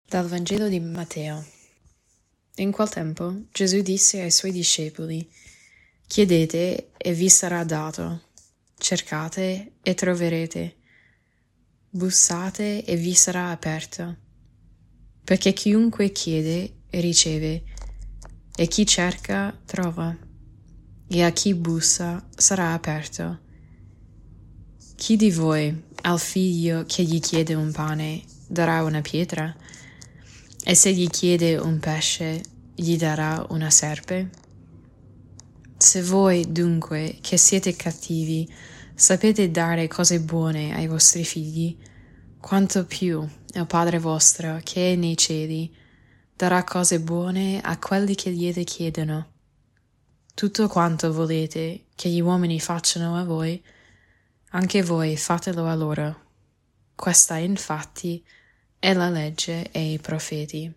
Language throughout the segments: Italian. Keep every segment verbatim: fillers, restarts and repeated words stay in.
Dal Vangelo di Matteo. In quel tempo Gesù disse ai suoi discepoli: Chiedete e vi sarà dato, cercate e troverete, bussate e vi sarà aperto. Perché chiunque chiede riceve, e chi cerca trova, e a chi bussa sarà aperto. Chi di voi al figlio che gli chiede un pane darà una pietra? E se gli chiede un pesce, gli darà una serpe? Se voi, dunque, che siete cattivi, sapete dare cose buone ai vostri figli, quanto più il Padre vostro, che è nei cieli, darà cose buone a quelli che gliele chiedono. Tutto quanto volete che gli uomini facciano a voi, anche voi fatelo a loro. Questa, infatti, è la legge e i profeti.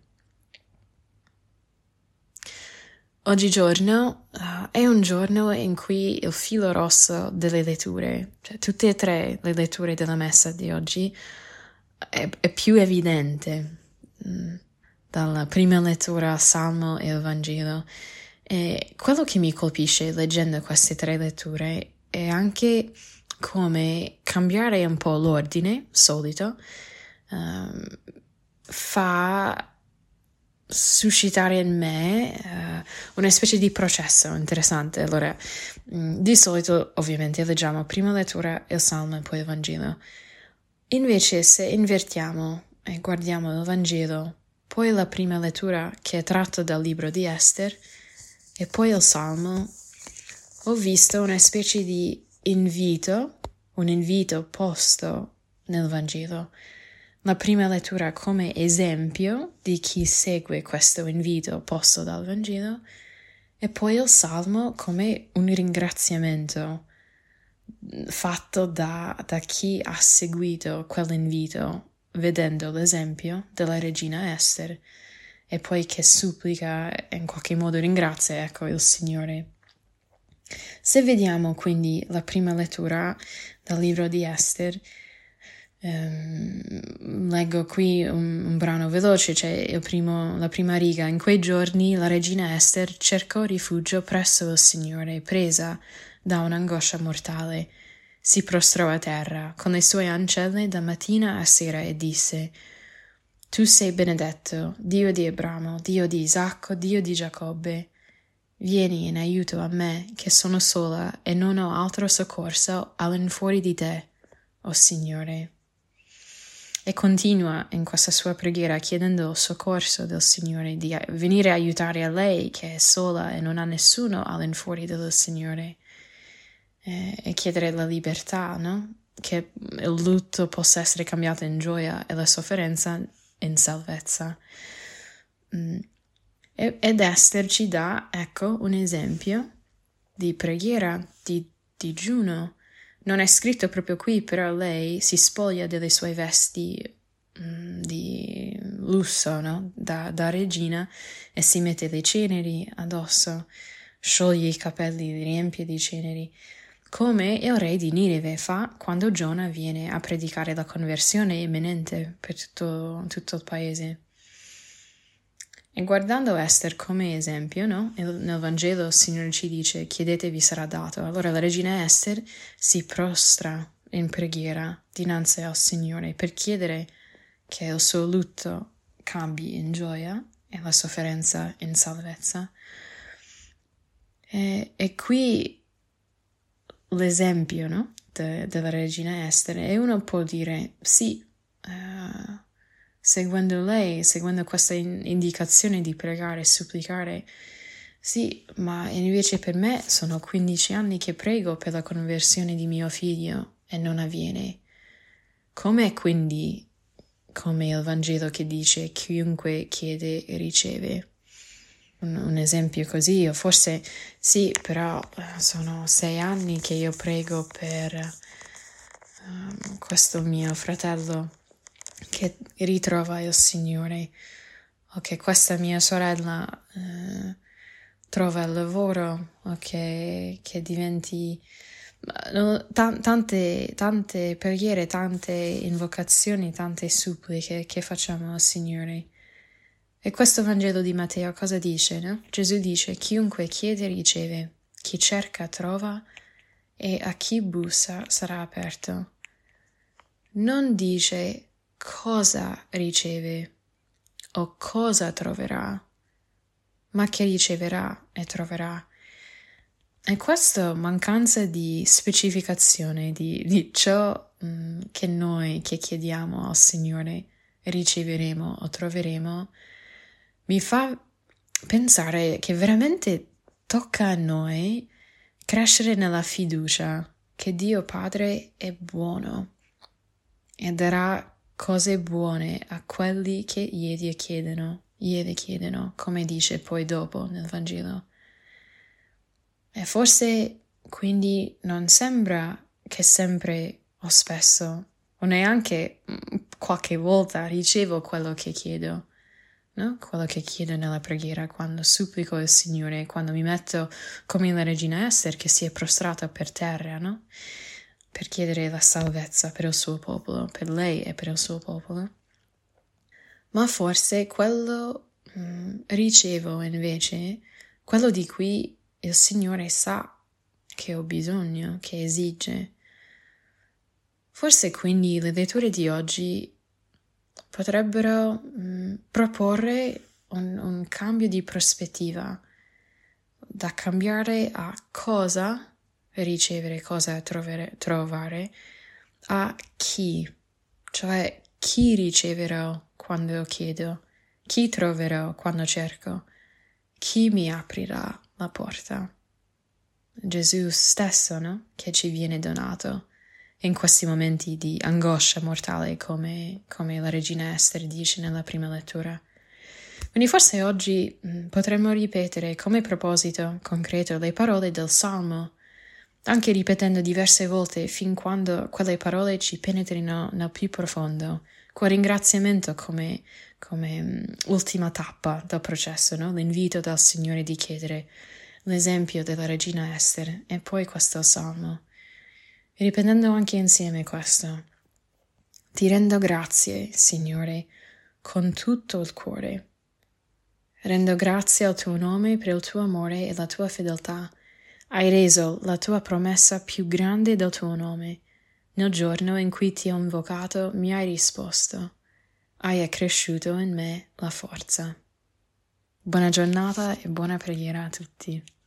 Oggigiorno uh, è un giorno in cui il filo rosso delle letture, cioè tutte e tre le letture della messa di oggi, è, è più evidente mm, dalla prima lettura al Salmo e al Vangelo. E quello che mi colpisce leggendo queste tre letture è anche come cambiare un po' l'ordine solito um, fa suscitare in me uh, una specie di processo interessante. Allora, mh, di solito ovviamente leggiamo prima lettura il Salmo e poi il Vangelo. Invece se invertiamo e guardiamo il Vangelo, poi la prima lettura che è tratta dal libro di Ester e poi il Salmo, ho visto una specie di invito, un invito posto nel Vangelo. La prima lettura come esempio di chi segue questo invito posto dal Vangelo e poi il Salmo come un ringraziamento fatto da, da chi ha seguito quell'invito vedendo l'esempio della regina Ester e poi che supplica e in qualche modo ringrazia, ecco, il Signore. Se vediamo quindi la prima lettura dal libro di Ester, Um, leggo qui un, un brano veloce, c'è il primo, la prima riga. In quei giorni la regina Ester cercò rifugio presso il Signore, presa da un'angoscia mortale. Si prostrò a terra con le sue ancelle da mattina a sera e disse: Tu sei benedetto, Dio di Abramo, Dio di Isacco, Dio di Giacobbe. Vieni in aiuto a me, che sono sola e non ho altro soccorso all'infuori di te, o Signore. E continua in questa sua preghiera chiedendo il soccorso del Signore, di venire a aiutare a lei che è sola e non ha nessuno all'infuori del Signore, e, e chiedere la libertà, no? Che il lutto possa essere cambiato in gioia e la sofferenza in salvezza. Mm. E, ed Ester ci dà, ecco, un esempio di preghiera, di digiuno. Non è scritto proprio qui, però lei si spoglia delle sue vesti mm, di lusso, no? Da, da regina, e si mette le ceneri addosso, scioglie i capelli, li riempie di ceneri, come il re di Ninive fa quando Giona viene a predicare la conversione imminente per tutto, tutto il paese. E guardando Ester come esempio, no? Nel Vangelo il Signore ci dice: chiedete e vi sarà dato. Allora la regina Ester si prostra in preghiera dinanzi al Signore per chiedere che il suo lutto cambi in gioia e la sofferenza in salvezza. E, e qui l'esempio, no? De, della regina Ester, e uno può dire sì, uh, seguendo lei, seguendo questa in- indicazione di pregare e supplicare, sì, ma invece per me sono quindici anni che prego per la conversione di mio figlio e non avviene. Com'è quindi come il Vangelo che dice chiunque chiede riceve? Un, un esempio così, o forse sì, però sono sei anni che io prego per um, questo mio fratello che ritrova il Signore, o che questa mia sorella eh, trova il lavoro, o che, che diventi no, t- tante, tante preghiere, tante invocazioni, tante suppliche che facciamo al Signore. E questo Vangelo di Matteo cosa dice, no? Gesù dice: chiunque chiede riceve, chi cerca trova e a chi bussa sarà aperto. Non dice cosa riceve o cosa troverà, ma che riceverà e troverà. E questa mancanza di specificazione di, di ciò mh, che noi che chiediamo al Signore riceveremo o troveremo mi fa pensare che veramente tocca a noi crescere nella fiducia che Dio Padre è buono e darà cose buone a quelli che gli chiedono, gliele chiedono, come dice poi dopo nel Vangelo. E forse quindi non sembra che sempre o spesso o neanche qualche volta ricevo quello che chiedo, no? Quello che chiedo nella preghiera, quando supplico il Signore, quando mi metto come la regina Ester che si è prostrata per terra, no? Per chiedere la salvezza per il suo popolo, per lei e per il suo popolo. Ma forse quello mh, ricevo invece, quello di cui il Signore sa che ho bisogno, che esige. Forse quindi le letture di oggi potrebbero mh, proporre un, un cambio di prospettiva, da cambiare a cosa ricevere, cosa trovare, trovare, a chi, cioè chi riceverò quando chiedo, chi troverò quando cerco, chi mi aprirà la porta. Gesù stesso, no? Che ci viene donato in questi momenti di angoscia mortale, come, come la regina Ester dice nella prima lettura. Quindi forse oggi mh, potremmo ripetere come proposito concreto le parole del Salmo, anche ripetendo diverse volte fin quando quelle parole ci penetrino nel più profondo, con ringraziamento come, come mh, ultima tappa del processo, no? L'invito dal Signore di chiedere l'esempio della regina Ester e poi questo Salmo. E ripetendo anche insieme questo: ti rendo grazie, Signore, con tutto il cuore. Rendo grazie al tuo nome per il tuo amore e la tua fedeltà. Hai reso la tua promessa più grande del tuo nome. Nel giorno in cui ti ho invocato mi hai risposto. Hai accresciuto in me la forza. Buona giornata e buona preghiera a tutti.